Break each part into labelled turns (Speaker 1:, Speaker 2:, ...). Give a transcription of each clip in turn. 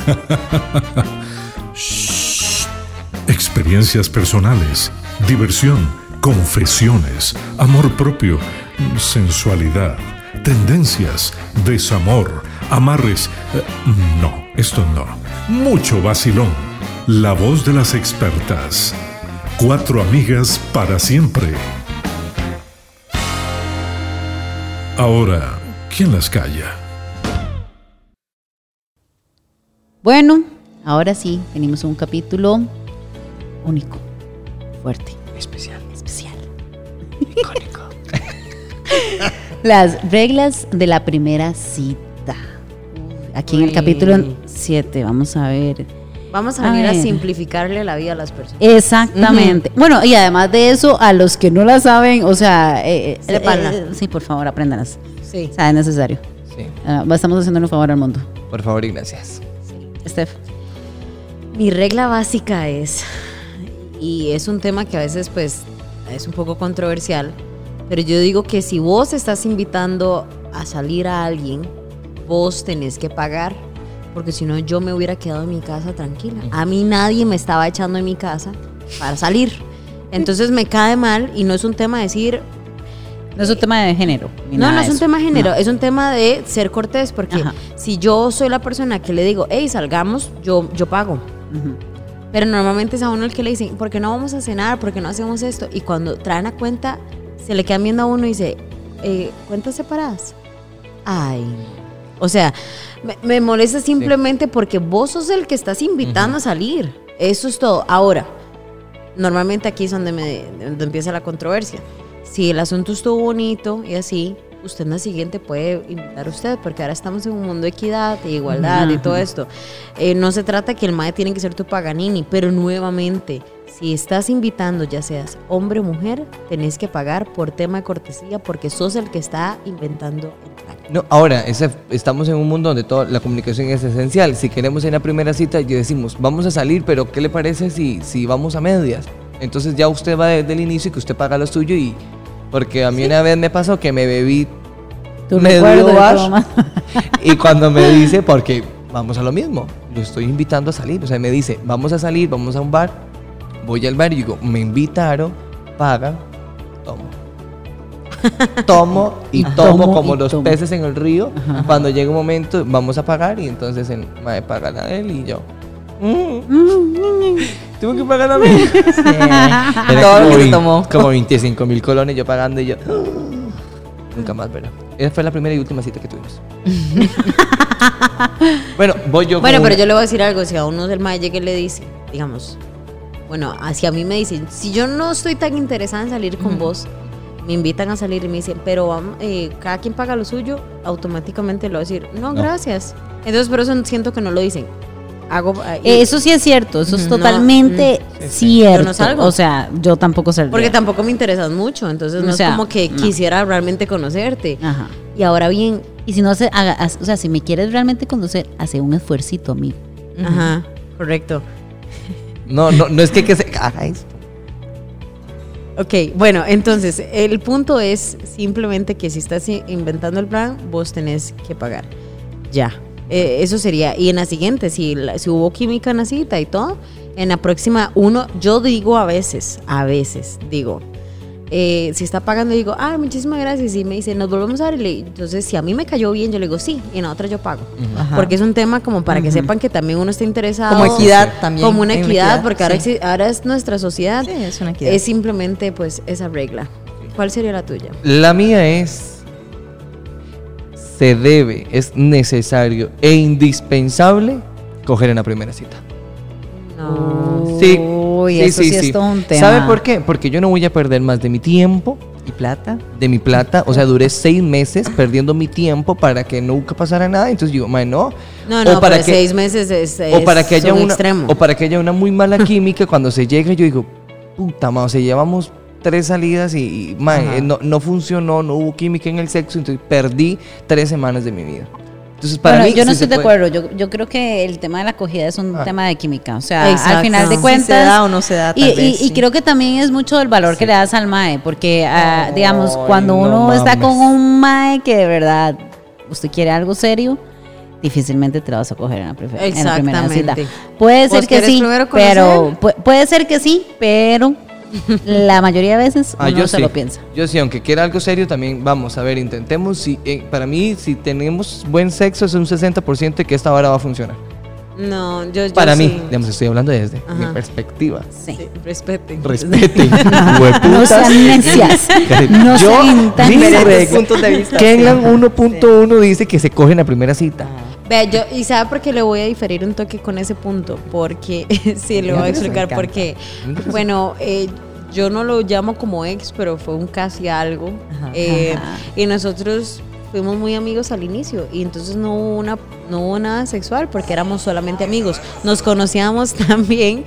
Speaker 1: Shh. Experiencias personales, diversión, confesiones, amor propio, sensualidad, tendencias, desamor, amarres. No, esto no. Mucho vacilón. La voz de las expertas. 4 amigas para siempre. Ahora, ¿quién las calla?
Speaker 2: Bueno, ahora sí, tenemos un capítulo único, fuerte, especial. Icónico. Las reglas de la primera cita. Aquí en el capítulo 7, vamos a ver.
Speaker 3: Vamos a venir a simplificarle la vida a las personas.
Speaker 2: Exactamente. Bueno, y además de eso, a los que no la saben, o sea, sí, por favor, apréndanlas.
Speaker 3: Sí.
Speaker 2: O sea, es necesario.
Speaker 4: Sí.
Speaker 2: Estamos haciendo un favor al mundo.
Speaker 4: Por favor y gracias.
Speaker 2: Steph.
Speaker 3: Mi regla básica es, y es un tema que a veces pues es un poco controversial, pero yo digo que si vos estás invitando a salir a alguien, vos tenés que pagar, porque si no yo me hubiera quedado en mi casa tranquila. A mí nadie me estaba echando en mi casa para salir. Entonces me cae mal y no es un tema de decir...
Speaker 2: No es un tema de género.
Speaker 3: No es un tema de género, es un tema de ser cortés, porque si yo soy la persona que le digo, hey, salgamos, yo pago. Pero normalmente es a uno el que le dicen, ¿por qué no vamos a cenar? ¿Por qué no hacemos esto? Y cuando traen a cuenta, se le quedan viendo a uno y dice, ¿cuentas separadas? Ay, o sea, me molesta simplemente porque vos sos el que estás invitando a salir. Eso es todo. Ahora, normalmente aquí es donde empieza la controversia. Si el asunto estuvo bonito y así, usted en la siguiente puede invitar a usted, porque ahora estamos en un mundo de equidad, de igualdad y todo esto. No se trata que el mae tiene que ser tu Paganini, pero nuevamente, si estás invitando, ya seas hombre o mujer, tenés que pagar por tema de cortesía, porque sos el que está inventando el plan.
Speaker 4: No, ahora, estamos en un mundo donde toda la comunicación es esencial. Si queremos en la primera cita y decimos, vamos a salir, pero ¿qué le parece si vamos a medias? Entonces ya usted va desde el inicio y que usted paga lo suyo y... Porque a mí una vez me pasó que me bebí medio bar y cuando me dice, porque vamos a lo mismo, lo estoy invitando a salir, o sea, me dice, vamos a salir, vamos a un bar, voy al bar y digo, me invitaron, pagan, tomo como los peces en el río. Cuando llega un momento, vamos a pagar y entonces el mae paga a él y yo. Tuve que pagar a mí. Sí. Era como 25,000 colones yo pagando y yo. Nunca más, ¿verdad? Esa fue la primera y última cita que tuvimos. Bueno, voy yo.
Speaker 3: Bueno, pero yo le voy a decir algo. Si a uno del mae llega y le dice, digamos, bueno, hacia mí me dicen, si yo no estoy tan interesada en salir con vos, me invitan a salir y me dicen, pero cada quien paga lo suyo, automáticamente le voy a decir, no, gracias. Entonces, por eso siento que no lo dicen.
Speaker 2: Eso sí es cierto, eso es totalmente cierto. Yo no salgo. O sea, yo tampoco saldría.
Speaker 3: Porque tampoco me interesas mucho, entonces no es como que quisiera realmente conocerte. Y ahora bien,
Speaker 2: y si no si me quieres realmente conocer, hace un esfuercito, amigo.
Speaker 3: Correcto.
Speaker 4: No es que se haga esto.
Speaker 3: Ok, bueno, entonces el punto es simplemente que si estás inventando el plan, vos tenés que pagar. Ya. Eso sería. Y en la siguiente, si hubo química en la cita y todo, en la próxima yo digo a veces digo, si está pagando, digo, muchísimas gracias, y me dice, nos volvemos a ver, entonces si a mí me cayó bien, yo le digo sí, y en la otra yo pago. Porque es un tema como para que sepan que también uno está interesado.
Speaker 5: Como equidad también.
Speaker 3: Como una equidad, porque ahora es nuestra sociedad.
Speaker 5: Sí, es una equidad.
Speaker 3: Es simplemente pues esa regla. ¿Cuál sería la tuya?
Speaker 4: La mía es... es necesario e indispensable coger en la primera cita.
Speaker 3: No.
Speaker 4: Sí.
Speaker 2: Uy, eso sí es todo un tema.
Speaker 4: ¿Sabe por qué? Porque yo no voy a perder más de mi tiempo.
Speaker 5: ¿Y plata?
Speaker 4: De mi plata. O sea, duré 6 meses perdiendo mi tiempo para que nunca pasara nada. Entonces digo, no.
Speaker 3: No, para 6 meses es
Speaker 4: para que haya
Speaker 3: un extremo.
Speaker 4: O para que haya una muy mala química cuando se llega, yo digo, puta madre, o sea, llevamos 3 salidas y no funcionó, no hubo química en el sexo, entonces perdí 3 semanas de mi vida. Entonces, para mí,
Speaker 2: yo no estoy de acuerdo. Yo creo que el tema de la acogida es un tema de química. O sea,
Speaker 5: exacto.
Speaker 2: Al final de cuentas.
Speaker 5: Si se da o no se da, tal vez.
Speaker 2: Y creo que también es mucho el valor que le das al mae. Porque, digamos, cuando uno está con un mae que de verdad usted quiere algo serio, difícilmente te la vas a coger en la primera cita.
Speaker 3: Exactamente.
Speaker 2: Puede ser que sí,
Speaker 3: primero
Speaker 2: pero puede ser que sí, pero la mayoría de veces uno
Speaker 4: yo
Speaker 2: se
Speaker 4: sí.
Speaker 2: lo piensa.
Speaker 4: Yo sí, aunque quiera algo serio, también vamos a ver, intentemos. Para mí, si tenemos buen sexo, es un 60% de que esta vara va a funcionar.
Speaker 3: No, yo
Speaker 4: Para mí,
Speaker 3: sí.
Speaker 4: digamos, estoy hablando desde mi perspectiva.
Speaker 2: Sí.
Speaker 3: Respeten.
Speaker 4: Respeten.
Speaker 2: No sean necias. No sean tan
Speaker 4: mis
Speaker 2: necias.
Speaker 4: reglas.
Speaker 5: puntos de vista.
Speaker 4: Kenlan 1.1 dice que se coge en la primera cita.
Speaker 3: Vea, y ¿sabe por qué le voy a diferir un toque con ese punto? Porque, sí, le voy a explicar porque, bueno, yo no lo llamo como ex, pero fue un casi algo. Y nosotros fuimos muy amigos al inicio y entonces no hubo nada sexual porque éramos solamente amigos. Nos conocíamos también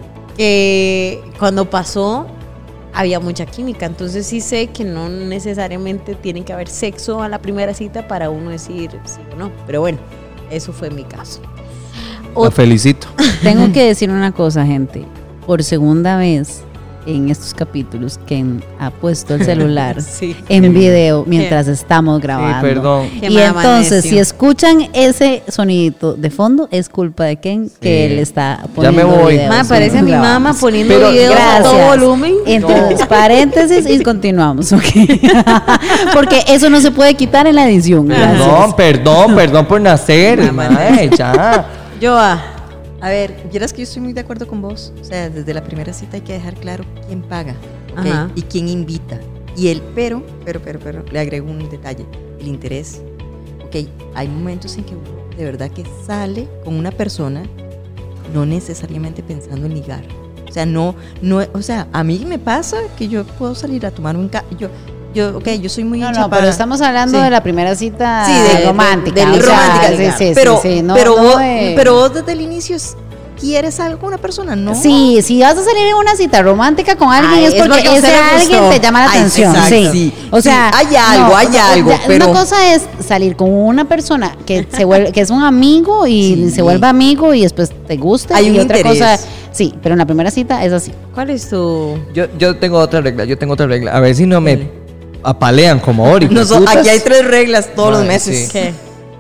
Speaker 3: cuando pasó había mucha química, entonces sí sé que no necesariamente tiene que haber sexo a la primera cita para uno decir sí o no, pero bueno, eso fue mi caso.
Speaker 4: La felicito.
Speaker 2: Tengo que decir una cosa, gente. Por segunda vez en estos capítulos, Ken ha puesto el celular
Speaker 3: Sí.
Speaker 2: en video mientras estamos grabando.
Speaker 4: Sí, perdón.
Speaker 3: Qué
Speaker 2: Y entonces,
Speaker 3: amaneció.
Speaker 2: si escuchan ese sonidito de fondo, es culpa de Ken, que él está poniendo
Speaker 4: me voy.
Speaker 2: videos
Speaker 3: Ma, parece a mi
Speaker 2: grabando.
Speaker 3: mamá poniendo
Speaker 4: Pero
Speaker 3: videos a
Speaker 2: gracias.
Speaker 3: todo volumen.
Speaker 2: Entonces, paréntesis y continuamos, ¿ok? Porque eso no se puede quitar en la edición. Gracias.
Speaker 4: Perdón por nacer, mae, ya.
Speaker 3: Yo
Speaker 5: A ver, vieras que yo estoy muy de acuerdo con vos. O sea, desde la primera cita hay que dejar claro quién paga, ¿ok?
Speaker 3: Ajá.
Speaker 5: Y quién invita. Y pero, le agrego un detalle, el interés. Ok, hay momentos en que uno de verdad que sale con una persona no necesariamente pensando en ligar. O sea, o sea, a mí me pasa que yo puedo salir a tomar un yo soy muy
Speaker 2: No,
Speaker 5: hincha
Speaker 2: pero estamos hablando
Speaker 5: Sí.
Speaker 2: de la primera cita
Speaker 5: Sí, de
Speaker 2: romántica.
Speaker 5: de
Speaker 2: o sea,
Speaker 5: romántica,
Speaker 2: sí,
Speaker 5: pero,
Speaker 2: no,
Speaker 5: pero,
Speaker 2: no
Speaker 5: vos,
Speaker 2: de-
Speaker 5: pero vos desde el inicio quieres algo con una persona, ¿no?
Speaker 2: Sí, si vas a salir en una cita romántica con alguien
Speaker 3: Ay,
Speaker 2: es
Speaker 3: es
Speaker 2: porque
Speaker 3: porque a usted
Speaker 2: ese
Speaker 3: le
Speaker 2: alguien
Speaker 3: gustó.
Speaker 2: te llama la
Speaker 5: Ay,
Speaker 2: atención.
Speaker 5: exacto,
Speaker 2: Sí.
Speaker 5: sí.
Speaker 2: O sea,
Speaker 5: Sí, hay algo, pero-
Speaker 2: una cosa es salir con una persona que que es un amigo y
Speaker 5: Sí.
Speaker 2: se vuelve amigo y después te gusta
Speaker 5: Hay
Speaker 2: y
Speaker 5: un
Speaker 2: otra
Speaker 5: interés.
Speaker 2: cosa, sí, pero en la primera cita es así.
Speaker 3: ¿Cuál es tu...?
Speaker 4: Yo tengo otra regla. A ver si no me apalean como Ori.
Speaker 5: Aquí hay 3 reglas todos los
Speaker 4: Ay,
Speaker 5: meses.
Speaker 4: sí.
Speaker 3: ¿Qué?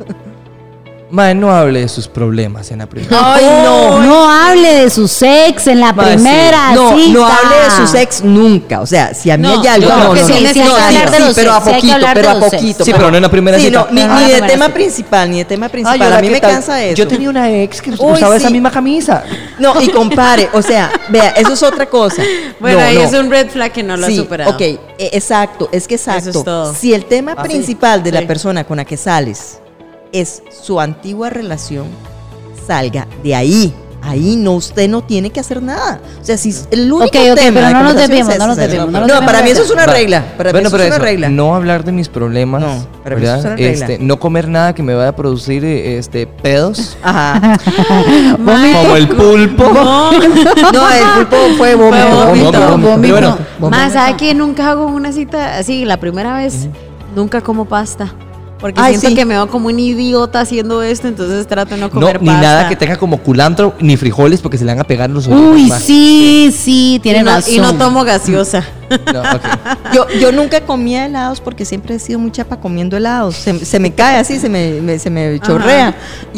Speaker 4: Mae, no hable de sus problemas en la primera.
Speaker 5: Ay,
Speaker 2: No hable de su sex en la
Speaker 4: Ma, sí.
Speaker 2: primera
Speaker 5: No,
Speaker 2: cita.
Speaker 5: no hable de su sex nunca. O sea, si a mí
Speaker 3: No,
Speaker 5: hay algo.
Speaker 3: yo creo que sí es necesario hablar de
Speaker 2: los
Speaker 5: pero a
Speaker 2: sex, sí hay que
Speaker 5: poquito,
Speaker 2: hablar de
Speaker 5: pero a
Speaker 2: los sex.
Speaker 5: poquito.
Speaker 4: Sí, pero no en la primera
Speaker 5: Sí,
Speaker 4: cita.
Speaker 5: no, ni
Speaker 2: No,
Speaker 5: de
Speaker 2: primera
Speaker 5: tema
Speaker 2: cita.
Speaker 5: principal, ni de tema principal.
Speaker 4: Ay,
Speaker 5: a
Speaker 4: hola,
Speaker 5: mí
Speaker 4: ¿qué
Speaker 5: me
Speaker 4: tal?
Speaker 5: cansa eso.
Speaker 4: Yo tenía una ex que
Speaker 5: Uy,
Speaker 4: usaba esa
Speaker 5: sí.
Speaker 4: misma camisa.
Speaker 5: No, y compare, o sea, vea, eso es otra cosa.
Speaker 3: Bueno,
Speaker 5: No,
Speaker 3: ahí
Speaker 5: no.
Speaker 3: es un red flag que no lo ha
Speaker 5: Sí,
Speaker 3: superado.
Speaker 5: ok, exacto, es que exacto.
Speaker 3: Eso es todo.
Speaker 5: Si el tema principal de
Speaker 3: Sí.
Speaker 5: la persona con la que sales es su antigua relación, salga de ahí. Ahí no, usted no tiene que hacer nada. O sea, si el único
Speaker 2: Ok,
Speaker 5: tema
Speaker 2: pero
Speaker 5: de
Speaker 2: no nos
Speaker 5: conversación
Speaker 2: desviemos,
Speaker 5: es
Speaker 2: no nos
Speaker 5: ese.
Speaker 2: desviemos,
Speaker 5: No,
Speaker 2: nos
Speaker 5: para mí eso
Speaker 2: desviemos.
Speaker 5: es una
Speaker 4: Va.
Speaker 5: regla. Para mí
Speaker 4: Bueno,
Speaker 5: eso
Speaker 4: pero
Speaker 5: es una
Speaker 4: eso,
Speaker 5: regla.
Speaker 4: no hablar de mis problemas,
Speaker 5: No, para mí eso es
Speaker 4: ¿verdad?
Speaker 5: una regla.
Speaker 4: No comer nada que me vaya a producir pedos,
Speaker 5: Ajá.
Speaker 4: como el pulpo.
Speaker 5: No, el pulpo fue vómito.
Speaker 4: Vómito. Pero bueno,
Speaker 3: Más, ¿sabe que nunca hago una cita así? La primera vez, nunca como pasta. Porque
Speaker 5: Ay,
Speaker 3: siento
Speaker 5: sí.
Speaker 3: que me veo como un idiota haciendo esto, entonces trato de no
Speaker 4: no,
Speaker 3: comer
Speaker 4: ni
Speaker 3: pasta.
Speaker 4: nada que tenga como culantro, ni frijoles, porque se le van a pegar los
Speaker 2: Uy,
Speaker 4: más.
Speaker 2: sí, tiene
Speaker 3: y no,
Speaker 2: razón.
Speaker 3: y no tomo gaseosa.
Speaker 4: No, ok.
Speaker 5: Yo nunca comía helados porque siempre he sido muy chapa comiendo helados. Se me cae así, se me chorrea.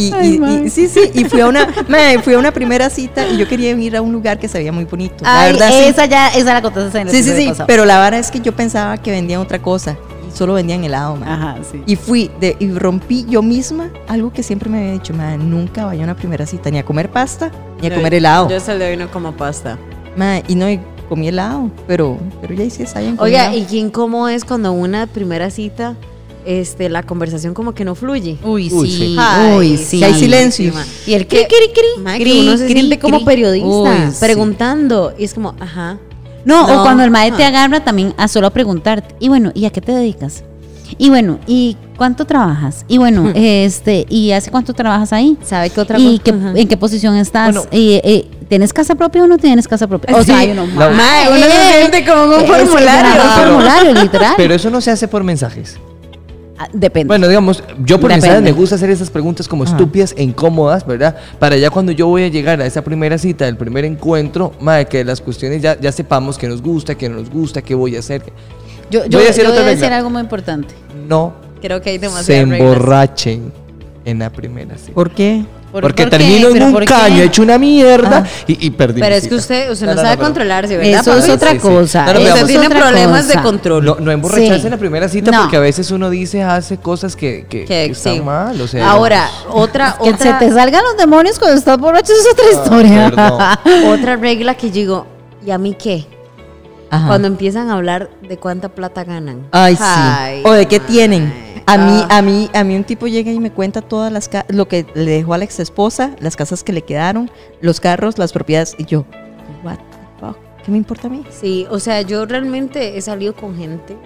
Speaker 5: Y fui a una primera cita y yo quería ir a un lugar que se veía muy bonito. La
Speaker 2: Ay,
Speaker 5: verdad, sí.
Speaker 2: esa la contaste en el
Speaker 5: Sí,
Speaker 2: episodio
Speaker 5: sí,
Speaker 2: pasado.
Speaker 5: pero la verdad es que yo pensaba que vendían otra cosa y solo vendían helado, man.
Speaker 2: Ajá, sí.
Speaker 5: Y rompí yo misma algo que siempre me había dicho, man, nunca vaya a una primera cita ni a comer pasta ni a comer helado.
Speaker 3: Yo hasta el de hoy no como pasta.
Speaker 5: Man, y no, y comí helado, pero ya hice esa en
Speaker 3: Oiga, ¿y qué incómodo es cuando una primera cita, la conversación como que no fluye?
Speaker 2: Uy,
Speaker 4: Uy,
Speaker 2: sí.
Speaker 4: sí.
Speaker 3: Ay,
Speaker 2: Uy, sí.
Speaker 5: que hay silencio.
Speaker 2: Y el
Speaker 3: Que- Mae, que uno se siente como periodista,
Speaker 2: Uy, sí.
Speaker 3: preguntando. Y es como, ajá.
Speaker 2: No,
Speaker 3: No,
Speaker 2: o cuando el maestro te
Speaker 3: ajá.
Speaker 2: agarra también a solo preguntarte. Y bueno, ¿y a qué te dedicas? Y bueno, ¿y cuánto trabajas? Y bueno, ¿y hace cuánto trabajas ahí?
Speaker 3: ¿Sabe qué otra
Speaker 2: ¿Y
Speaker 3: cosa? Ajá.
Speaker 2: en qué posición estás?
Speaker 4: Bueno.
Speaker 2: ¿Tienes casa propia o no tienes casa propia? O sea, hay uno
Speaker 4: La-
Speaker 3: Mae, uno se siente como en un formulario.
Speaker 2: Un formulario, literal.
Speaker 4: Pero eso no se hace por mensajes.
Speaker 2: Ah, depende.
Speaker 4: Bueno, digamos, yo por
Speaker 2: Depende.
Speaker 4: mensajes me gusta hacer esas preguntas como estúpidas e incómodas, ¿verdad? Para ya cuando yo voy a llegar a esa primera cita, el primer encuentro, madre, que las cuestiones ya sepamos qué nos gusta, qué no nos gusta, qué voy a hacer.
Speaker 2: yo
Speaker 4: voy a decir
Speaker 2: voy
Speaker 4: otra
Speaker 2: a decir
Speaker 4: regla.
Speaker 2: algo muy importante.
Speaker 4: No
Speaker 3: Creo que hay
Speaker 4: se
Speaker 3: demasiadas reglas.
Speaker 4: emborrachen. en la primera cita.
Speaker 5: ¿Por qué?
Speaker 4: Porque
Speaker 2: ¿Por
Speaker 4: termino
Speaker 2: qué?
Speaker 4: en
Speaker 2: ¿Pero
Speaker 4: un
Speaker 2: por qué?
Speaker 4: caño, hecho una mierda y perdí.
Speaker 3: Pero
Speaker 4: mi
Speaker 3: es que
Speaker 4: cita.
Speaker 3: usted no sabe
Speaker 4: pero-
Speaker 3: controlarse, ¿verdad?
Speaker 2: Eso es
Speaker 3: papi?
Speaker 2: otra
Speaker 4: Sí, sí.
Speaker 2: cosa.
Speaker 4: No, no,
Speaker 2: eso
Speaker 3: Usted
Speaker 2: es
Speaker 3: tiene
Speaker 2: otra
Speaker 3: problemas
Speaker 2: cosa.
Speaker 3: de control.
Speaker 4: No emborracharse
Speaker 2: Sí.
Speaker 4: en la primera cita
Speaker 2: No.
Speaker 4: porque a veces uno hace cosas que están
Speaker 3: sí.
Speaker 4: mal. O sea,
Speaker 3: Ahora, otra
Speaker 2: Que se te salgan los demonios cuando estás borracho es otra historia.
Speaker 3: otra regla que yo digo, ¿y a mí qué?
Speaker 5: Ajá.
Speaker 3: Cuando empiezan a hablar de cuánta plata ganan.
Speaker 5: Ay, sí. O de qué tienen. A mí un tipo llega y me cuenta todas lo que le dejó a la ex esposa, las casas que le quedaron, los carros, las propiedades. Y yo, what the fuck? ¿Qué me importa a mí?
Speaker 3: Sí, o sea, yo realmente he salido con gente.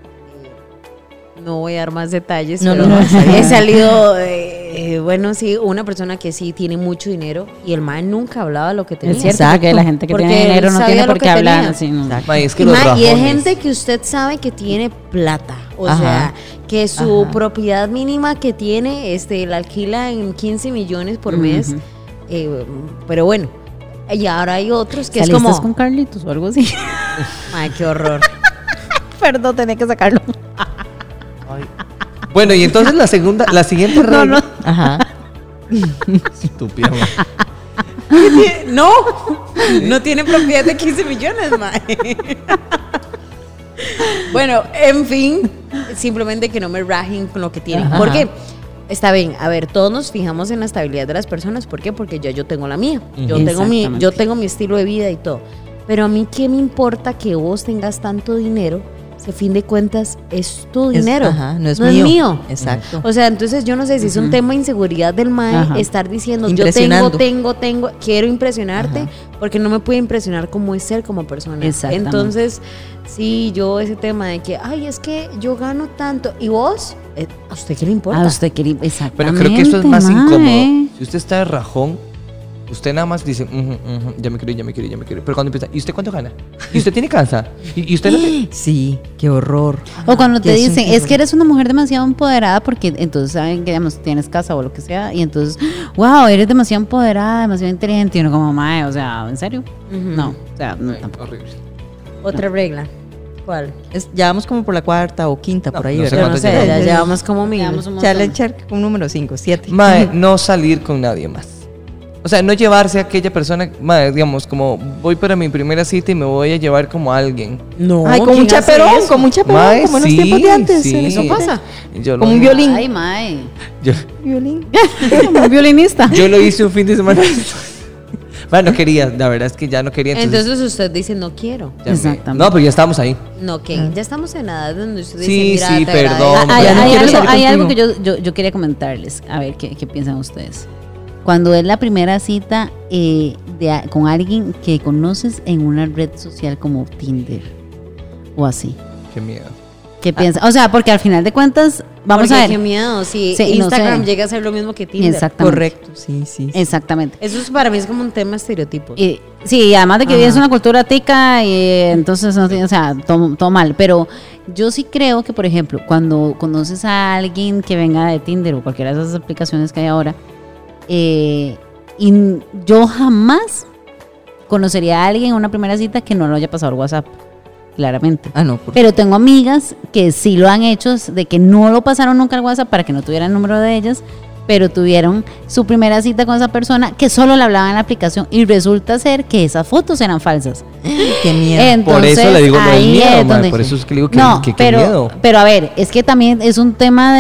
Speaker 3: No voy a dar más detalles,
Speaker 5: No,
Speaker 3: pero
Speaker 5: no, está bien.
Speaker 3: he salido, bueno, sí, una persona que sí tiene mucho dinero y el man nunca hablaba de lo que tenía.
Speaker 2: Es cierto,
Speaker 5: Exacto.
Speaker 2: porque la gente que
Speaker 3: Porque
Speaker 2: tiene dinero
Speaker 3: él
Speaker 2: no
Speaker 3: sabía
Speaker 2: tiene
Speaker 3: lo
Speaker 2: por
Speaker 3: que
Speaker 2: qué hablar.
Speaker 3: tenía.
Speaker 2: Así, no.
Speaker 5: Exacto.
Speaker 4: Ma, es que
Speaker 3: Y,
Speaker 4: los
Speaker 3: y es
Speaker 4: rajones-
Speaker 3: gente que usted sabe que tiene plata. O
Speaker 5: Ajá.
Speaker 3: sea, que su
Speaker 5: Ajá.
Speaker 3: propiedad mínima que tiene, la alquila en 15 millones por mes.
Speaker 2: Ujú.
Speaker 3: Pero bueno, y ahora hay otros que es
Speaker 2: ¿Saliste
Speaker 3: como,
Speaker 2: con Carlitos o algo así?
Speaker 3: ay, qué horror.
Speaker 2: Perdón, tenía que sacarlo.
Speaker 4: Bueno, y entonces la siguiente regla.
Speaker 5: Ajá.
Speaker 4: Estúpido. Ma.
Speaker 3: No tiene propiedad de 15 millones, mae. Bueno, en fin, simplemente que no me rajen con lo que tienen.
Speaker 5: Ajá.
Speaker 3: Porque está bien, a ver, todos nos fijamos en la estabilidad de las personas. ¿Por qué? Porque ya yo tengo la mía. Yo
Speaker 2: Exactamente.
Speaker 3: tengo mi estilo de vida y todo. Pero a mí, ¿qué me importa que vos tengas tanto dinero? Si a fin de cuentas es tu dinero.
Speaker 5: Ajá, no es mío. Exacto.
Speaker 3: O sea, entonces yo no sé si es un tema de inseguridad del mae,
Speaker 2: Ajá.
Speaker 3: estar diciendo yo
Speaker 5: Impresionando.
Speaker 3: tengo, quiero impresionarte, porque no me puede impresionar como es ser como persona.
Speaker 2: Exactamente.
Speaker 3: Entonces, sí, yo ese tema de que, ay, es que yo gano tanto, ¿y vos? ¿A usted qué le importa?
Speaker 2: A usted quería. Exactamente.
Speaker 4: Pero creo que eso es más
Speaker 2: mae.
Speaker 4: incómodo. Si usted está de rajón, usted nada más dice, ya me quiero ir. Pero cuando empieza, ¿y usted cuánto gana? ¿Y usted tiene casa? ¿Y usted no tiene?
Speaker 5: Sí, qué horror.
Speaker 2: O cuando te
Speaker 5: Ya es un
Speaker 2: dicen, es
Speaker 5: terror.
Speaker 2: que eres una mujer demasiado empoderada porque entonces saben que digamos, tienes casa o lo que sea y entonces, wow, eres demasiado empoderada, demasiado inteligente y uno como, mae, o sea, ¿en serio? No, o sea, no, tampoco.
Speaker 4: Horrible.
Speaker 3: Otra regla. ¿Cuál?
Speaker 5: Ya vamos como por la cuarta o quinta,
Speaker 4: No,
Speaker 5: por ahí,
Speaker 4: no sé
Speaker 3: Yo
Speaker 5: ¿verdad?
Speaker 3: no
Speaker 4: cuánto
Speaker 3: sé, ya
Speaker 4: llevamos.
Speaker 3: llevamos como mil.
Speaker 2: Llevamos un montón.
Speaker 5: Challenger con número 5, 7.
Speaker 4: Mae, no salir con nadie más. O sea, no llevarse a aquella persona, mae, digamos, como voy para mi primera cita y me voy a llevar como a alguien.
Speaker 3: No,
Speaker 5: Ay, como un
Speaker 3: ¿quién hace
Speaker 5: chaperón,
Speaker 3: eso?
Speaker 5: como un chaperón,
Speaker 4: Mae,
Speaker 5: como en los
Speaker 4: sí,
Speaker 5: tiempos de antes.
Speaker 4: sí.
Speaker 3: ¿Eso pasa?
Speaker 4: Yo
Speaker 5: Como un
Speaker 4: lo-
Speaker 5: violín.
Speaker 2: Ay, mae.
Speaker 4: Yo,
Speaker 5: Violín.
Speaker 2: Como un violinista.
Speaker 4: yo lo hice un fin de semana. Bueno, no quería, la verdad es que ya no quería.
Speaker 3: Entonces usted dice, no quiero.
Speaker 4: ya me-
Speaker 2: Exactamente.
Speaker 4: No, pero ya estábamos ahí.
Speaker 3: No, que ya estamos en edad donde usted dice,
Speaker 4: Sí,
Speaker 3: mira,
Speaker 4: sí,
Speaker 3: te
Speaker 4: perdón.
Speaker 3: agradezco.
Speaker 2: Hay,
Speaker 5: Ya no
Speaker 2: hay
Speaker 5: quiero
Speaker 2: algo,
Speaker 5: salir
Speaker 2: hay algo que
Speaker 5: contigo.
Speaker 2: yo quería comentarles, a ver qué piensan ustedes. Cuando es la primera cita con alguien que conoces en una red social como Tinder o así,
Speaker 4: Qué miedo.
Speaker 2: ¿qué piensan? O sea, porque al final de cuentas, vamos
Speaker 3: Porque
Speaker 2: a
Speaker 3: qué
Speaker 2: ver.
Speaker 3: miedo, si
Speaker 2: Sí, no
Speaker 3: Instagram
Speaker 2: sé.
Speaker 3: llega a ser lo mismo que Tinder.
Speaker 2: Exactamente.
Speaker 5: Correcto, sí.
Speaker 2: Exactamente.
Speaker 3: Eso es, para mí es como un tema estereotipo.
Speaker 2: Y, sí, además de que
Speaker 3: Ajá.
Speaker 2: es una cultura tica y entonces, no tiene, o sea, todo mal. Pero yo sí creo que, por ejemplo, cuando conoces a alguien que venga de Tinder o cualquiera de esas aplicaciones que hay ahora, y yo jamás conocería a alguien en una primera cita que no lo haya pasado por WhatsApp, claramente.
Speaker 5: Ah, no, por
Speaker 2: Pero tengo amigas que sí lo han hecho, de que no lo pasaron nunca al WhatsApp para que no tuvieran el número de ellas, pero tuvieron su primera cita con esa persona que solo le hablaban en la aplicación y resulta ser que esas fotos eran falsas.
Speaker 5: qué miedo.
Speaker 2: Entonces,
Speaker 4: Por eso le digo, no es
Speaker 2: ahí
Speaker 4: miedo,
Speaker 2: es
Speaker 4: mae,
Speaker 2: donde-
Speaker 4: por eso es que le digo que,
Speaker 2: no,
Speaker 4: que qué
Speaker 2: pero,
Speaker 4: miedo.
Speaker 2: pero a ver, es que también es un tema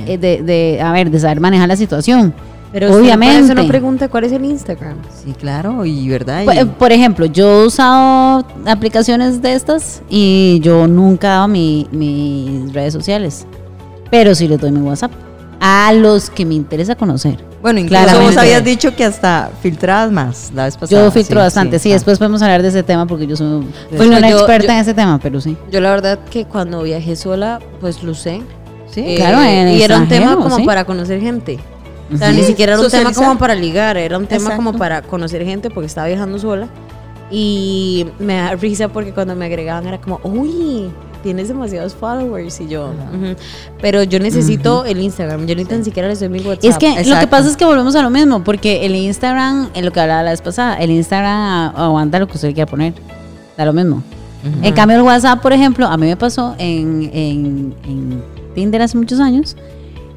Speaker 2: de saber manejar la situación.
Speaker 3: Pero usted
Speaker 2: obviamente.
Speaker 3: por eso no pregunta cuál es el Instagram.
Speaker 5: Sí, claro, y verdad.
Speaker 2: Por ejemplo, yo he usado aplicaciones de estas y yo nunca he dado mis redes sociales, pero sí les doy mi WhatsApp a los que me interesa conocer.
Speaker 5: Bueno, incluso
Speaker 2: claramente.
Speaker 5: vos habías dicho que hasta filtradas más la vez pasada.
Speaker 2: Yo filtro bastante, sí,
Speaker 5: ah.
Speaker 2: después podemos hablar de ese tema porque yo soy
Speaker 3: Bueno,
Speaker 2: una
Speaker 3: yo-
Speaker 2: experta
Speaker 3: yo-
Speaker 2: en ese tema, pero sí.
Speaker 3: Yo la verdad que cuando viajé sola, pues lo usé.
Speaker 5: Sí,
Speaker 2: claro, en el
Speaker 3: y era un tema
Speaker 2: extranjero,
Speaker 3: como
Speaker 2: sí.
Speaker 3: para conocer gente. O sea,
Speaker 5: Sí,
Speaker 3: ni siquiera era un tema
Speaker 5: socializar.
Speaker 3: como para ligar, era un tema como
Speaker 5: Exacto.
Speaker 3: para conocer gente porque estaba viajando sola. Y me da risa porque cuando me agregaban era como, uy, tienes demasiados followers. Y yo, ujú. Pero yo necesito el Instagram, yo ni tan siquiera les doy mi WhatsApp.
Speaker 2: Es que lo que
Speaker 5: exacto.
Speaker 2: pasa es que volvemos a lo mismo, porque el Instagram, en lo que hablaba la vez pasada, el Instagram aguanta lo que usted quiera poner, da lo mismo. En cambio el WhatsApp, por ejemplo, a mí me pasó en Tinder hace muchos años,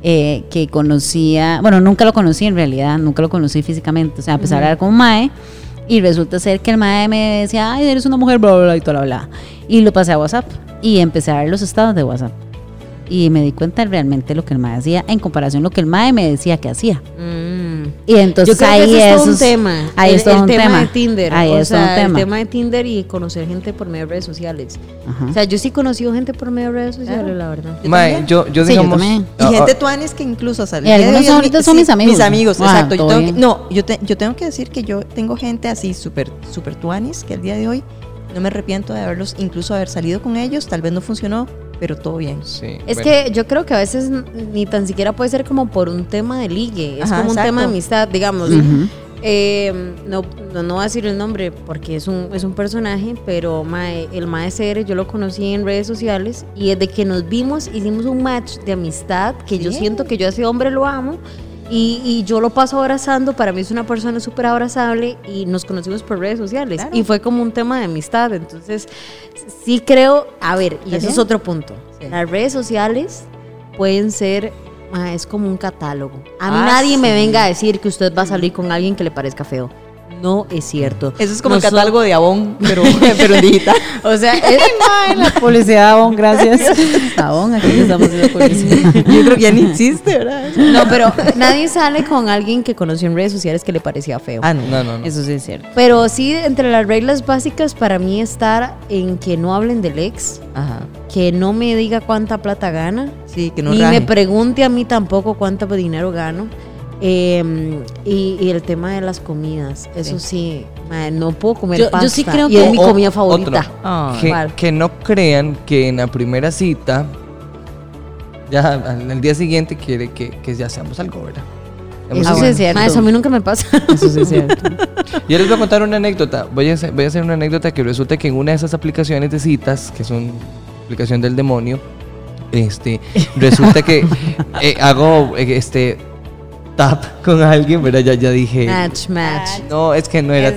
Speaker 2: que conocía, bueno, nunca lo conocí en realidad, nunca lo conocí físicamente, o sea, empecé a hablar con un mae y resulta ser que el mae me decía, ay, eres una mujer, bla, bla, bla, y toda la bla. Y lo pasé a WhatsApp y empecé a ver los estados de WhatsApp y me di cuenta realmente lo que el mae hacía en comparación a lo que el mae me decía que hacía. Y entonces
Speaker 3: yo creo
Speaker 2: ahí
Speaker 3: que
Speaker 2: es
Speaker 3: todo un tema.
Speaker 2: Ahí es todo un tema
Speaker 3: de Tinder.
Speaker 2: Ahí
Speaker 3: o
Speaker 2: es todo un
Speaker 3: sea,
Speaker 2: tema.
Speaker 3: el tema de Tinder y conocer gente por medio de redes sociales.
Speaker 2: Ajá.
Speaker 3: O sea, yo sí he conocido gente por medio de redes sociales, la verdad.
Speaker 4: Mae, yo
Speaker 2: Sí, yo
Speaker 4: digamos...
Speaker 2: también.
Speaker 5: Y gente tuanes que incluso salen.
Speaker 2: Y algunos ahorita son mis amigos.
Speaker 5: Mis amigos,
Speaker 2: Ah,
Speaker 5: exacto.
Speaker 2: todo bien.
Speaker 5: Yo tengo que decir que yo tengo gente así súper tuanis que al día de hoy no me arrepiento de haberlos, incluso haber salido con ellos. Tal vez no funcionó, pero todo bien.
Speaker 4: Sí,
Speaker 3: Es
Speaker 4: bueno.
Speaker 3: que yo creo que a veces ni tan siquiera puede ser como por un tema de ligue, es
Speaker 5: Ajá,
Speaker 3: como un
Speaker 5: exacto.
Speaker 3: tema de amistad, digamos.
Speaker 2: Ujú.
Speaker 3: No voy a decir el nombre porque es un personaje, pero el mae CR yo lo conocí en redes sociales y desde que nos vimos hicimos un match de amistad que yo
Speaker 5: Sí.
Speaker 3: siento que yo a ese hombre lo amo y yo lo paso abrazando, para mí es una persona súper abrazable y nos conocimos por redes sociales
Speaker 5: Claro.
Speaker 3: y fue como un tema de amistad, entonces sí creo, a ver, y
Speaker 5: ¿Está
Speaker 3: eso es
Speaker 5: bien?
Speaker 3: otro punto,
Speaker 5: Sí.
Speaker 3: las redes sociales pueden ser... es como un catálogo. A mí
Speaker 5: Ah,
Speaker 3: nadie me
Speaker 5: sí.
Speaker 3: venga a decir que usted va a salir con alguien que le parezca feo. No es cierto.
Speaker 5: Eso es como el
Speaker 3: Nosotros-
Speaker 5: catálogo de Avon, pero en digital.
Speaker 3: O sea,
Speaker 2: La publicidad, Avon, gracias. Avon, aquí estamos haciendo publicidad.
Speaker 5: Yo creo que ya ni existe, ¿verdad?
Speaker 3: no, pero nadie sale con alguien que conoció en redes sociales que le parecía feo.
Speaker 5: Ah, no.
Speaker 4: No.
Speaker 2: Eso sí es cierto.
Speaker 3: Pero sí, entre las reglas básicas para mí estar en que no hablen del ex,
Speaker 5: Ajá.
Speaker 3: que no me diga cuánta plata gana,
Speaker 5: Sí, que no
Speaker 3: ni
Speaker 5: raje.
Speaker 3: me pregunte a mí tampoco cuánto dinero gano. Y el tema de las comidas, eso sí, mae, no puedo comer
Speaker 2: Yo
Speaker 3: pasta.
Speaker 2: sí creo
Speaker 3: y
Speaker 2: que-
Speaker 3: es mi comida favorita.
Speaker 4: Otro,
Speaker 5: Ah,
Speaker 3: ¿cuál?
Speaker 4: que no crean que en la primera cita, ya al día siguiente quiere que ya seamos algo, ¿verdad? Hemos
Speaker 2: Eso
Speaker 4: sido-
Speaker 2: sí es cierto.
Speaker 3: Mae, eso a mí nunca me pasa.
Speaker 2: Eso sí es cierto.
Speaker 4: Yo les voy a contar una anécdota. Voy a hacer una anécdota que resulta que en una de esas aplicaciones de citas, que son aplicación del demonio, resulta que hago tap con alguien, ¿verdad? Ya dije.
Speaker 3: Match.
Speaker 4: No, es que no era.
Speaker 2: Es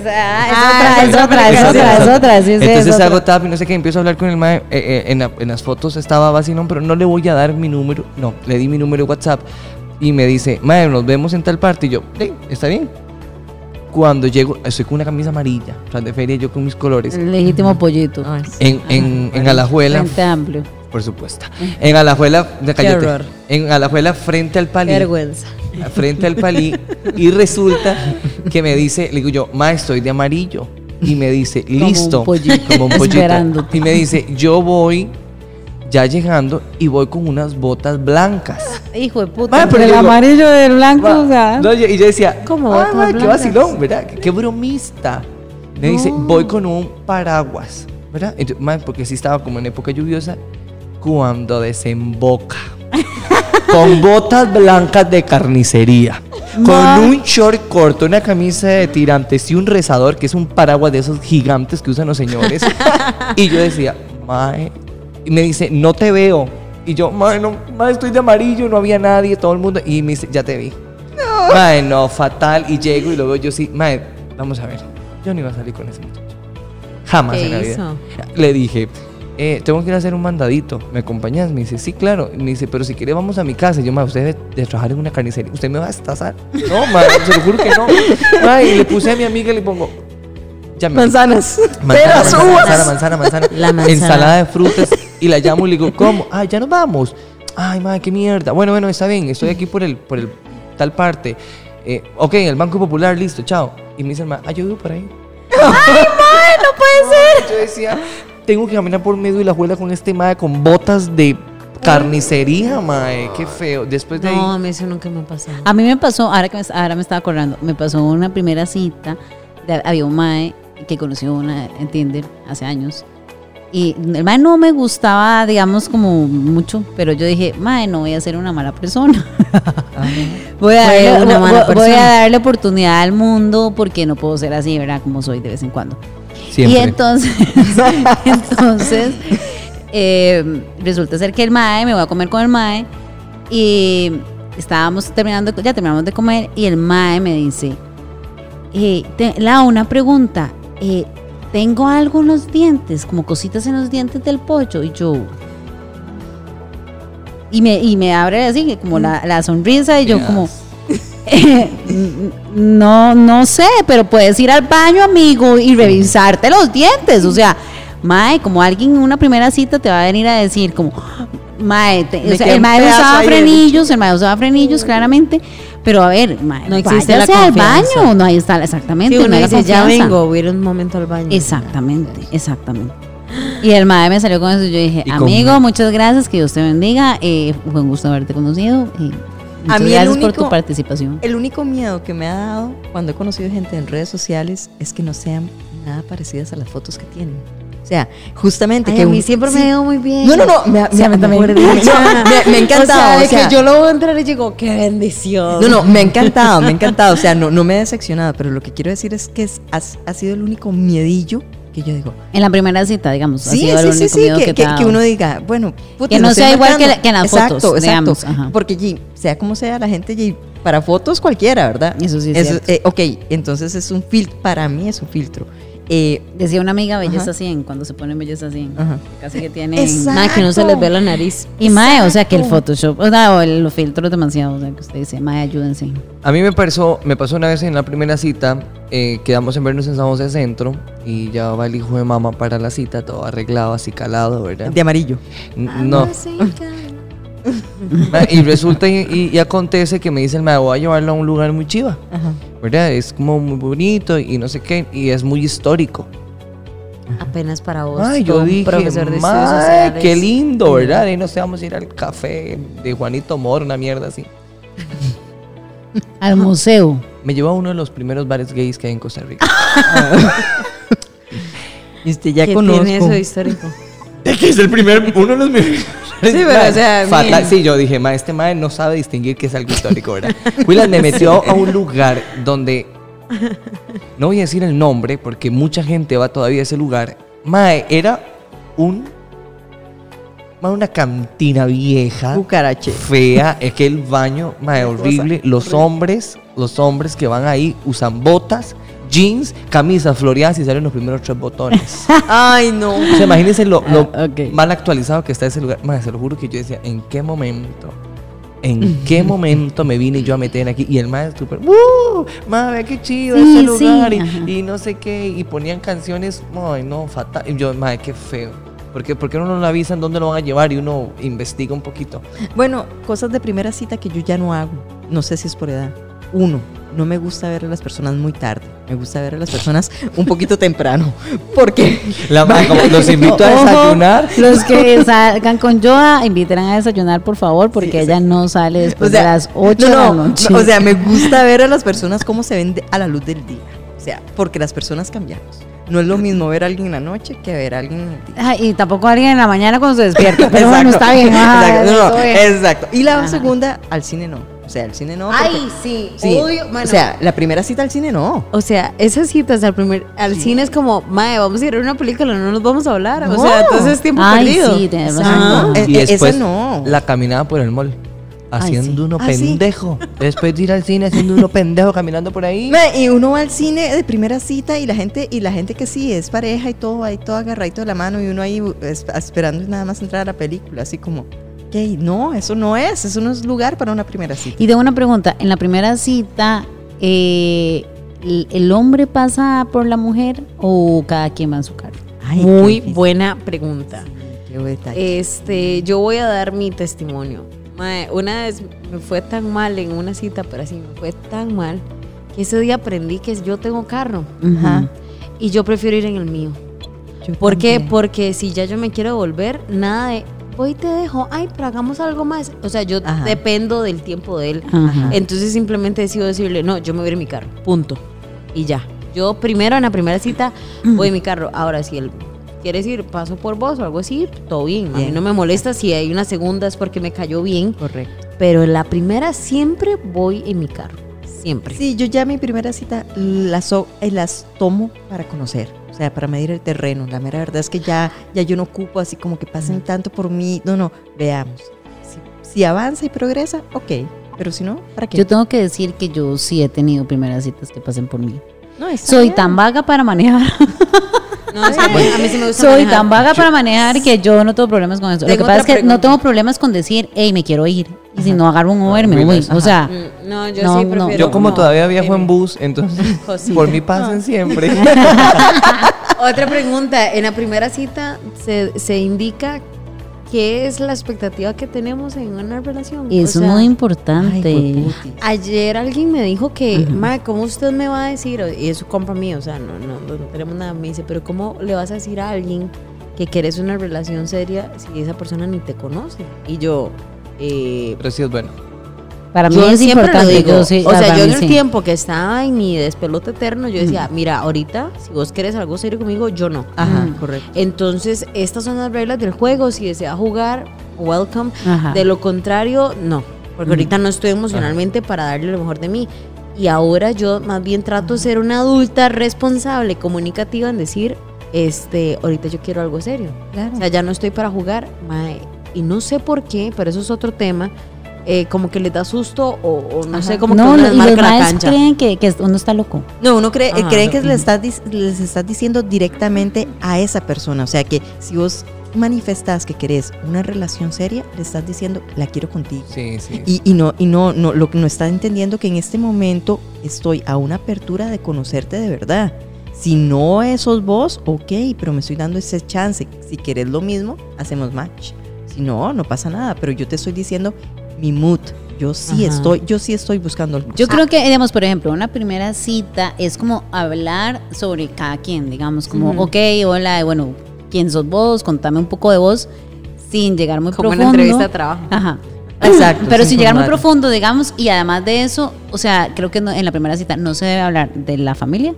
Speaker 2: otra. Sí,
Speaker 4: Entonces
Speaker 2: es
Speaker 4: hago
Speaker 2: otra.
Speaker 4: tap y no sé qué, empiezo a hablar con el mae. En las fotos estaba vacilón, pero no le voy a dar mi número. No, le di mi número de WhatsApp y me dice, mae, nos vemos en tal parte. Y yo, sí, está bien. Cuando llego, estoy con una camisa amarilla, o sea, de feria, yo con mis colores.
Speaker 2: El legítimo pollito.
Speaker 5: Ay, sí.
Speaker 4: En Alajuela,
Speaker 2: Frente amplio.
Speaker 4: por supuesto. En Alajuela, cállate.
Speaker 3: horror.
Speaker 4: En Alajuela, frente al
Speaker 3: Qué
Speaker 4: palí.
Speaker 3: vergüenza.
Speaker 4: Frente al palí. Y resulta que me dice, le digo yo, ma, estoy de amarillo. Y me dice, listo.
Speaker 2: un pollito,
Speaker 4: Como un pollito.
Speaker 2: esperándote.
Speaker 4: Y me dice, yo voy ya llegando y voy con unas botas blancas.
Speaker 2: Hijo de puta.
Speaker 4: Mae, pero
Speaker 2: el
Speaker 4: yo digo,
Speaker 2: amarillo del blanco, o sea.
Speaker 4: No, y yo decía,
Speaker 3: ¿Cómo
Speaker 4: ay,
Speaker 3: botas
Speaker 4: mae, qué
Speaker 3: blancas?
Speaker 4: vacilón, ¿verdad? Qué bromista. Me dice, voy con un paraguas, ¿verdad? Entonces, mae, porque sí estaba como en época lluviosa, cuando desemboca. Con botas blancas de carnicería. Con un short corto, una camisa de tirantes y un rezador, que es un paraguas de esos gigantes que usan los señores. Y yo decía, mae. Y me dice, no te veo. Y yo, mae, no, mae, estoy de amarillo, no había nadie, todo el mundo. Y me dice, ya te vi. Mae, no, fatal. Y llego y lo veo yo sí, mae, vamos a ver. Yo no iba a salir con ese muchacho. Jamás
Speaker 3: ¿Qué
Speaker 4: en la vida.
Speaker 3: hizo?
Speaker 4: Le dije, tengo que ir a hacer un mandadito. ¿Me acompañas? Me dice, sí, claro. Y me dice, pero si quiere vamos a mi casa. Y yo, mae, usted debe de trabajar en una carnicería. ¿Usted me va a destazar? No, mae, se lo juro que no. Mae, y le puse a mi amiga y le pongo, ya me voy.
Speaker 5: Manzanas.
Speaker 4: Manzana.
Speaker 3: La manzana.
Speaker 4: Ensalada de frutas. Y la llamo y le digo, ¿cómo? Ay, ya nos vamos. Ay, madre, qué mierda. Bueno, está bien. Estoy aquí por el tal parte. Ok, el Banco Popular, listo, chao. Y me dice el mae, yo vivo por ahí. ¡Ay, mae, no puede ser! Yo decía, tengo que caminar por medio de la abuela con este mae con botas de carnicería, mae. Qué feo. Después de
Speaker 3: No,
Speaker 4: ahí.
Speaker 3: a mí eso nunca me ha pasado.
Speaker 2: A mí me pasó, ahora me estaba acordando, me pasó una primera cita, había un mae que conoció una en Tinder hace años. Y el mae no me gustaba, digamos, como mucho, pero yo dije, mae, no voy a ser una mala persona. Voy a darle oportunidad al mundo porque no puedo ser así, ¿verdad? Como soy de vez en cuando.
Speaker 4: Siempre.
Speaker 2: Y entonces resulta ser que el mae, me voy a comer con el mae y terminamos de comer y el mae me dice, una pregunta, tengo algo en los dientes, como cositas en los dientes del pollo. Y yo, Y me abre así como la sonrisa y yo como... no sé, pero puedes ir al baño, amigo, y revisarte los dientes. O sea, mae, como alguien en una primera cita te va a venir a decir como, mae, o sea, el mae usaba frenillos, claramente. Pero a ver, mae,
Speaker 3: no existe
Speaker 2: váyase
Speaker 3: la
Speaker 2: al
Speaker 3: confianza.
Speaker 2: baño, no, ahí está, exactamente.
Speaker 3: Sí, uno
Speaker 2: no hay la
Speaker 3: dice, ya
Speaker 2: confianza.
Speaker 3: vengo, voy a ir un momento al baño.
Speaker 2: Exactamente. Y el mae me salió con eso y yo dije, amigo, muchas gracias, que Dios te bendiga, fue un gusto haberte conocido.
Speaker 5: A mí
Speaker 2: gracias por tu participación.
Speaker 5: El único miedo que me ha dado cuando he conocido gente en redes sociales es que no sean nada parecidas a las fotos que tienen. O sea, justamente que
Speaker 3: a mí siempre me ha ido muy bien.
Speaker 5: No, me ha encantado.
Speaker 3: O sea, que yo lo voy a entrar y digo, qué bendición.
Speaker 5: No, me ha encantado. O sea, no me he decepcionado, pero lo que quiero decir es que ha sido el único miedillo que yo digo.
Speaker 2: En la primera cita, digamos, ha sido el único miedo
Speaker 5: que uno diga, bueno, puta,
Speaker 2: que no sea igual que en las fotos,
Speaker 5: exacto.
Speaker 2: digamos. Ajá.
Speaker 5: Porque sea como sea, la gente para fotos cualquiera, ¿verdad?
Speaker 2: Eso sí es cierto.
Speaker 5: Ok, entonces es un filtro, para mí es un filtro.
Speaker 2: Decía una amiga, belleza 100, cuando se ponen belleza 100, casi que tienen
Speaker 3: nada, que no se les ve la nariz.
Speaker 2: Y mae, o sea que el Photoshop, o los filtros demasiado, o sea que usted dice, mae, ayúdense.
Speaker 4: A mí me pasó una vez en la primera cita, quedamos en vernos en San José Centro y ya va el hijo de mamá para la cita, todo arreglado, así calado, ¿verdad?
Speaker 5: De amarillo.
Speaker 4: No. Y resulta y acontece que me dicen, me voy a llevarlo a un lugar muy chiva, ¿verdad? Es como muy bonito y no sé qué, y es muy histórico.
Speaker 3: Apenas para vos.
Speaker 4: Ay, yo dije,
Speaker 3: profesor de estudios sociales.
Speaker 4: qué lindo, ¿verdad? Y no sé, vamos a ir al café de Juanito Moro, una mierda así.
Speaker 2: Al museo.
Speaker 4: Me llevó a uno de los primeros bares gays que hay en Costa Rica.
Speaker 5: Ya
Speaker 3: ¿Qué
Speaker 5: conozco.
Speaker 3: tiene eso de histórico?
Speaker 4: Que es uno de los mejores.
Speaker 3: Sí, pero o sea,
Speaker 4: fatal. Sí, yo dije, este mae no sabe distinguir que es algo histórico, ¿verdad? Willan me metió a un lugar donde no voy a decir el nombre porque mucha gente va todavía a ese lugar. Mae, era una cantina vieja,
Speaker 5: Cucarache.
Speaker 4: fea, es que el baño, mae, horrible. Los hombres que van ahí usan botas, jeans, camisas floreadas y salen los primeros 3 botones.
Speaker 5: Ay, no.
Speaker 4: O sea, imagínense lo
Speaker 2: okay.
Speaker 4: mal actualizado que está ese lugar. Madre, se lo juro que yo decía, ¿en qué momento me vine yo a meter aquí? Y el maestro súper, madre, qué chido ese lugar. Y no sé qué. Y ponían canciones, ay, no, fatal. Y yo, madre, qué feo. ¿Por qué no nos avisan dónde lo van a llevar y uno investiga un poquito?
Speaker 5: Bueno, cosas de primera cita que yo ya no hago. No sé si es por edad. 1, no me gusta ver a las personas muy tarde. Me gusta ver a las personas un poquito temprano. ¿Por qué?
Speaker 4: Como los invito a desayunar.
Speaker 2: Los que salgan con Joa, invitarán a desayunar, por favor, porque ella no sale después de las 8 de la noche.
Speaker 5: O sea, me gusta ver a las personas cómo se ven a la luz del día. O sea, porque las personas cambiamos. No es lo mismo ver a alguien en la noche que ver a alguien en el día.
Speaker 2: Y tampoco a alguien en la mañana cuando se despierta. Pero bueno, está bien.
Speaker 5: Exacto. Y la segunda, al cine no. O sea, al cine no.
Speaker 3: Ay, sí. Odio,
Speaker 5: o sea, la primera cita al cine no.
Speaker 3: O sea, esas citas al cine es como, mae, vamos a ir a una película, no nos vamos a hablar. No. O sea, entonces es tiempo perdido.
Speaker 2: Sí, tienes razón.
Speaker 4: Y después
Speaker 5: esa no.
Speaker 4: la caminada por el mall. Haciendo uno pendejo. Después de ir al cine haciendo uno pendejo caminando por ahí.
Speaker 5: Y uno va al cine de primera cita y la gente que sí es pareja y todo, ahí todo agarradito de la mano y uno ahí esperando nada más entrar a la película, así como, no, eso no es lugar para una primera cita.
Speaker 2: Y tengo una pregunta, en la primera cita, ¿el hombre pasa por la mujer o cada quien va en su carro?
Speaker 5: Ay,
Speaker 3: muy buena pregunta.
Speaker 5: Sí, qué detalle.
Speaker 3: Yo voy a dar mi testimonio. Mae, una vez me fue tan mal en una cita, pero así me fue tan mal que ese día aprendí que yo tengo carro. Y yo prefiero ir en el mío. ¿Por qué? Porque si ya yo me quiero volver, nada de voy te dejo, ay, pero hagamos algo más. O sea, yo dependo del tiempo de él. Entonces simplemente decido decirle, no, yo me voy a ir en mi carro, punto. Y ya. Yo primero en la primera cita voy en mi carro. Ahora, si él quiere decir, paso por vos o algo así, todo bien. A mí no me molesta. Si hay una segunda es porque me cayó bien.
Speaker 5: Correcto.
Speaker 3: Pero en la primera siempre voy en mi carro. Siempre.
Speaker 5: Sí, yo ya mi primera cita las tomo para conocer. O sea, para medir el terreno. La mera verdad es que ya yo no ocupo así como que pasen tanto por mí. No, veamos. Si avanza y progresa, ok. Pero si no, ¿para qué?
Speaker 2: Yo tengo que decir que yo sí he tenido primeras citas que pasen por mí.
Speaker 5: No,
Speaker 2: soy tan vaga para manejar.
Speaker 3: No, sí, a mí sí me gusta
Speaker 2: Soy
Speaker 3: manejar.
Speaker 2: tan vaga para manejar que yo no tengo problemas con eso. Lo
Speaker 3: Tengo
Speaker 2: que pasa es
Speaker 3: otra
Speaker 2: que no
Speaker 3: pregunta.
Speaker 2: tengo problemas con decir, hey, me quiero ir. Y si no agarro un Uber, me voy. O sea,
Speaker 3: No, yo
Speaker 2: No,
Speaker 3: sí
Speaker 2: no.
Speaker 3: prefiero.
Speaker 4: Yo como
Speaker 3: no.
Speaker 4: todavía viajo en bus, entonces
Speaker 3: Cosita.
Speaker 4: por mí pasen siempre.
Speaker 3: Otra pregunta. En la primera cita se indica qué es la expectativa que tenemos en una relación.
Speaker 2: eso
Speaker 3: O sea,
Speaker 2: es muy importante.
Speaker 5: Ay, jueputis.
Speaker 3: ayer alguien me dijo que, mae, ¿cómo usted me va a decir? Y es su compa mío, o sea, no tenemos nada. Me dice, pero ¿cómo le vas a decir a alguien que quieres una relación seria si esa persona ni te conoce? Y yo,
Speaker 4: Pero sí es bueno.
Speaker 2: Para mí
Speaker 3: yo
Speaker 2: es
Speaker 3: siempre
Speaker 2: importante.
Speaker 3: lo digo.
Speaker 2: Yo sí,
Speaker 3: O sea,
Speaker 2: para
Speaker 3: yo en
Speaker 2: mí
Speaker 3: el
Speaker 2: sí.
Speaker 3: tiempo que estaba en mi despelote eterno, yo decía, mira, ahorita, si vos querés algo serio conmigo, yo no.
Speaker 5: Ajá, correcto.
Speaker 3: Entonces, estas son las reglas del juego. Si desea jugar, welcome.
Speaker 2: Ajá.
Speaker 3: De lo contrario, no. Porque ahorita no estoy emocionalmente para darle lo mejor de mí. Y ahora yo más bien trato de ser una adulta responsable, comunicativa en decir, ahorita yo quiero algo serio.
Speaker 2: Claro.
Speaker 3: O sea, ya no estoy para jugar, mae. Y no sé por qué, pero eso es otro tema. Como que les da susto o no sé, como que
Speaker 2: No,
Speaker 3: uno les
Speaker 2: y los
Speaker 3: marca la
Speaker 2: maes
Speaker 3: cancha.
Speaker 2: creen que uno está loco.
Speaker 5: No, uno cree que les
Speaker 3: Ujú.
Speaker 5: estás diciendo directamente a esa persona. O sea que si vos manifestás que querés una relación seria, le estás diciendo, la quiero contigo.
Speaker 4: Sí, sí.
Speaker 5: Y no, lo que no está entendiendo que en este momento estoy a una apertura de conocerte de verdad. Si no sos vos, ok, pero me estoy dando ese chance. Si querés lo mismo, hacemos match. Si no, no pasa nada. Pero yo te estoy diciendo mi mood. Yo sí estoy buscando algo.
Speaker 2: Yo creo que, digamos, por ejemplo, una primera cita es como hablar sobre cada quien, digamos, como, ok, hola, bueno, ¿quién sos vos? Contame un poco de vos, sin llegar muy
Speaker 3: Como
Speaker 2: profundo.
Speaker 3: una entrevista de trabajo.
Speaker 2: Ajá.
Speaker 5: Exacto.
Speaker 2: Pero sin llegar muy
Speaker 5: formato.
Speaker 2: profundo, digamos, y además de eso, o sea, creo que en la primera cita no se debe hablar de la familia,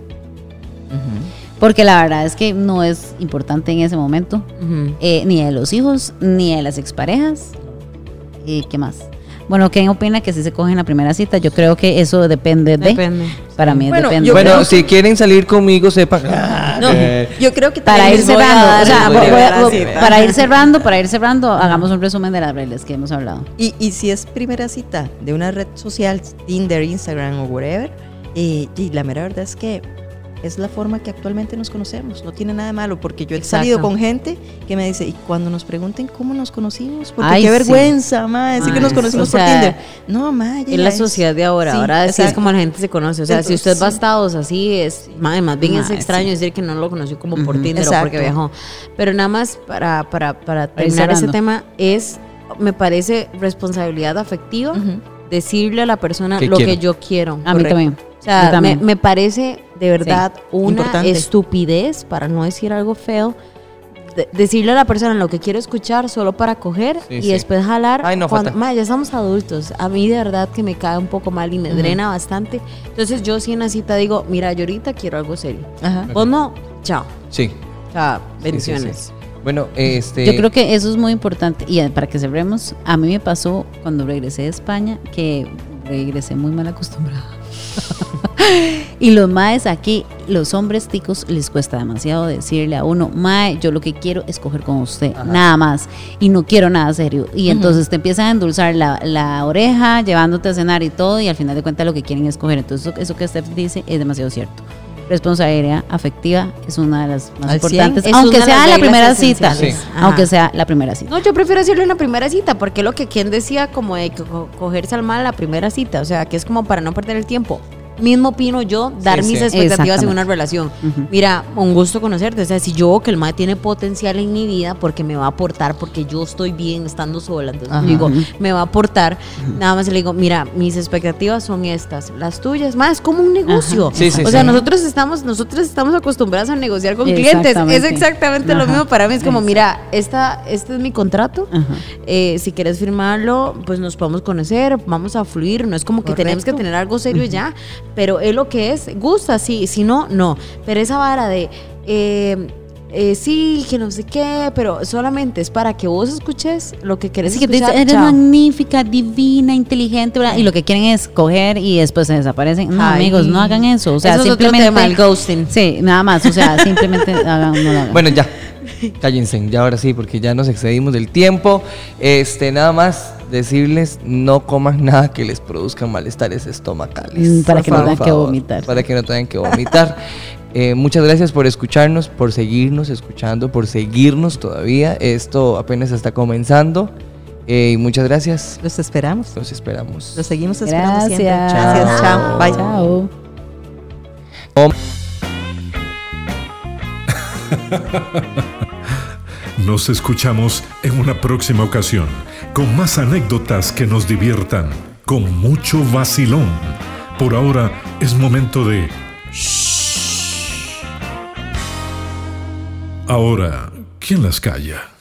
Speaker 2: porque la verdad es que no es importante en ese momento,
Speaker 3: Ujú.
Speaker 2: ni de los hijos, ni de las exparejas. ¿Qué más? Bueno, ¿quién opina que si se coge en la primera cita? Yo creo que eso depende de.
Speaker 3: Depende.
Speaker 2: Para mí
Speaker 5: Bueno,
Speaker 2: depende.
Speaker 5: yo
Speaker 4: Bueno,
Speaker 5: creo
Speaker 4: si quieren salir conmigo, sepan.
Speaker 5: No, yo creo que
Speaker 2: Para ir
Speaker 5: también les voy a
Speaker 2: cerrando,
Speaker 5: dar
Speaker 2: o sea,
Speaker 5: la primera
Speaker 2: voy-
Speaker 5: cita.
Speaker 2: para ir cerrando, hagamos un resumen de las reglas que hemos hablado.
Speaker 5: Y si es primera cita de una red social, Tinder, Instagram o whatever, y la mera verdad es que es la forma que actualmente nos conocemos. No tiene nada de malo, porque yo he
Speaker 3: Exacto.
Speaker 5: salido con gente que me dice, y cuando nos pregunten cómo nos conocimos, porque
Speaker 2: Ay,
Speaker 5: qué
Speaker 2: sí.
Speaker 5: vergüenza, ma, decir que
Speaker 3: Ay,
Speaker 5: nos conocimos
Speaker 3: o sea,
Speaker 5: por Tinder. No, ma, ya
Speaker 3: Es la
Speaker 5: es-
Speaker 3: sociedad de ahora.
Speaker 5: Sí,
Speaker 3: Ahora sí es
Speaker 5: exacto.
Speaker 3: como la gente se conoce. O sea, si
Speaker 5: Entonces,
Speaker 3: usted va a Estados así, es más bien es
Speaker 2: Mae,
Speaker 3: extraño
Speaker 2: sí.
Speaker 3: decir que no lo conoció como por Tinder o
Speaker 5: Exacto.
Speaker 3: porque viajó. Pero nada más para
Speaker 2: ir
Speaker 3: terminar ese
Speaker 2: cerrando.
Speaker 3: tema, me parece responsabilidad afectiva decirle a la persona
Speaker 4: ¿Qué
Speaker 3: lo
Speaker 4: quiero?
Speaker 3: que yo quiero.
Speaker 2: A mí
Speaker 5: Correcto.
Speaker 2: también.
Speaker 3: O sea,
Speaker 2: Yo también.
Speaker 3: me parece de verdad una
Speaker 5: importante.
Speaker 3: estupidez, para no decir algo feo, decirle a la persona lo que quiero escuchar solo para coger
Speaker 4: Sí,
Speaker 3: y
Speaker 4: sí.
Speaker 3: después jalar.
Speaker 4: Ay, no,
Speaker 3: cuando,
Speaker 4: fatal.
Speaker 3: ma, ya estamos adultos. A mí de verdad que me cae un poco mal y me drena bastante. Entonces yo sí en la cita digo, mira, yo ahorita quiero algo serio.
Speaker 5: Ajá.
Speaker 3: Vos no, chao.
Speaker 4: Sí.
Speaker 3: O sea,
Speaker 4: sí,
Speaker 3: bendiciones.
Speaker 4: sí. Bueno,
Speaker 2: Yo creo que eso es muy importante. Y para que cerremos, a mí me pasó cuando regresé de España que regresé muy mal acostumbrada. Y los maes aquí, los hombres ticos, les cuesta demasiado decirle a uno, mae, yo lo que quiero es coger con usted, nada más, y no quiero nada serio. Y entonces te empiezan a endulzar la oreja, llevándote a cenar y todo, y al final de cuentas lo que quieren es coger. Entonces eso que Steph dice es demasiado cierto. Responsabilidad afectiva es una de las más
Speaker 5: Al 100.
Speaker 2: importantes,
Speaker 3: Es
Speaker 2: aunque
Speaker 3: una de
Speaker 2: sea
Speaker 3: las
Speaker 2: la
Speaker 3: reglas
Speaker 2: primera cita,
Speaker 3: esenciales.
Speaker 4: Sí.
Speaker 3: Ajá.
Speaker 2: aunque sea la primera cita.
Speaker 3: No, yo prefiero decirlo en la primera cita, porque lo que quien decía como de cogerse al mal la primera cita, o sea, que es como para no perder el tiempo. Mismo opino yo, dar
Speaker 4: Sí,
Speaker 3: mis
Speaker 4: sí.
Speaker 3: expectativas en
Speaker 2: Exactamente.
Speaker 3: una relación.
Speaker 2: Ujú.
Speaker 3: Mira, un gusto conocerte, o sea, si yo veo que el mae tiene potencial en mi vida porque me va a aportar, porque yo estoy bien estando sola, entonces
Speaker 5: Ajá.
Speaker 3: digo, me va a aportar, nada más le digo, mira, mis expectativas son estas, las tuyas, más es como un negocio.
Speaker 2: Ajá.
Speaker 4: Sí, sí,
Speaker 3: o sea,
Speaker 4: sí.
Speaker 3: nosotros estamos acostumbrados a negociar con clientes,
Speaker 2: Exactamente.
Speaker 3: es exactamente lo
Speaker 2: Ajá.
Speaker 3: mismo para mí, es como, mira, este es mi contrato,
Speaker 2: Ajá.
Speaker 3: si quieres firmarlo, pues nos podemos conocer, vamos a fluir, no es como que tenemos que tener algo serio ya, pero es lo que es, gusta, sí, si no, no, pero esa vara de, sí, que no sé qué, pero solamente es para que vos escuches lo que querés
Speaker 2: Así que te
Speaker 3: escuchar,
Speaker 2: dice, eres
Speaker 3: chao.
Speaker 2: magnífica, divina, inteligente, ¿verdad? Y lo que quieren es coger y después se desaparecen. No,
Speaker 3: Ay.
Speaker 2: amigos, no hagan eso. O sea,
Speaker 3: Eso es otro
Speaker 2: simplemente.
Speaker 3: tema, el ghosting.
Speaker 2: Sí, nada más. O sea, simplemente no lo hagan.
Speaker 4: Bueno, ya. Cállense, ya ahora sí, porque ya nos excedimos del tiempo. Nada más decirles, no coman nada que les produzca malestares estomacales.
Speaker 2: Para que no
Speaker 4: Por
Speaker 2: tengan que
Speaker 4: favor,
Speaker 2: vomitar.
Speaker 4: Para que no tengan que vomitar. Muchas gracias por escucharnos, por seguirnos escuchando, por seguirnos todavía. Esto apenas está comenzando. Y muchas gracias.
Speaker 5: Los esperamos.
Speaker 4: Los esperamos.
Speaker 5: Los seguimos esperando siempre.
Speaker 2: Gracias.
Speaker 5: Gracias. Chao. Bye.
Speaker 2: Chao.
Speaker 1: Nos escuchamos en una próxima ocasión con más anécdotas que nos diviertan, con mucho vacilón. Por ahora es momento de... Shh. Ahora, ¿quién las calla?